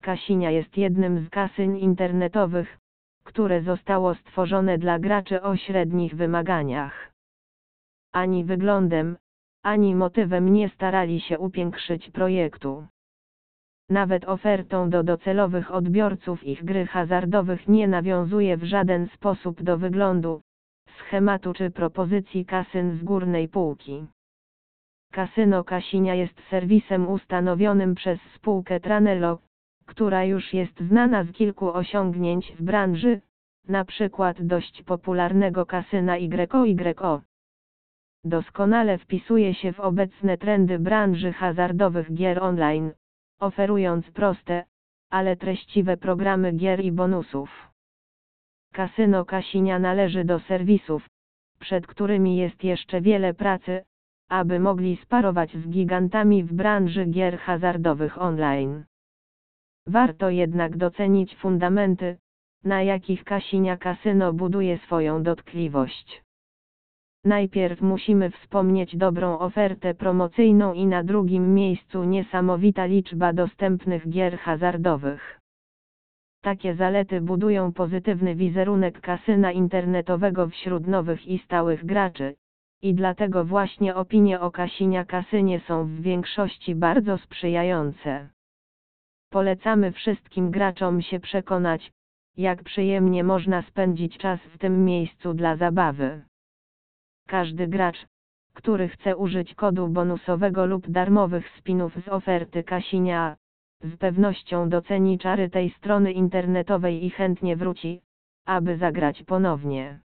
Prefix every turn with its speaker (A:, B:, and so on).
A: Kasinia jest jednym z kasyn internetowych, które zostało stworzone dla graczy o średnich wymaganiach. Ani wyglądem, ani motywem nie starali się upiększyć projektu. Nawet ofertą do docelowych odbiorców ich gry hazardowych nie nawiązuje w żaden sposób do wyglądu, schematu czy propozycji kasyn z górnej półki. Kasyno Kasinia jest serwisem ustanowionym przez spółkę Tranelo, która już jest znana z kilku osiągnięć w branży, na przykład dość popularnego kasyna YYO. Doskonale wpisuje się w obecne trendy branży hazardowych gier online, oferując proste, ale treściwe programy gier i bonusów. Kasyno Kasinia należy do serwisów, przed którymi jest jeszcze wiele pracy, aby mogli sparować z gigantami w branży gier hazardowych online. Warto jednak docenić fundamenty, na jakich Kasinia Kasyno buduje swoją dotkliwość. Najpierw musimy wspomnieć dobrą ofertę promocyjną i na drugim miejscu niesamowita liczba dostępnych gier hazardowych. Takie zalety budują pozytywny wizerunek kasyna internetowego wśród nowych i stałych graczy, i dlatego właśnie opinie o Kasinia Kasynie są w większości bardzo sprzyjające. Polecamy wszystkim graczom się przekonać, jak przyjemnie można spędzić czas w tym miejscu dla zabawy. Każdy gracz, który chce użyć kodu bonusowego lub darmowych spinów z oferty Kasinia, z pewnością doceni czary tej strony internetowej i chętnie wróci, aby zagrać ponownie.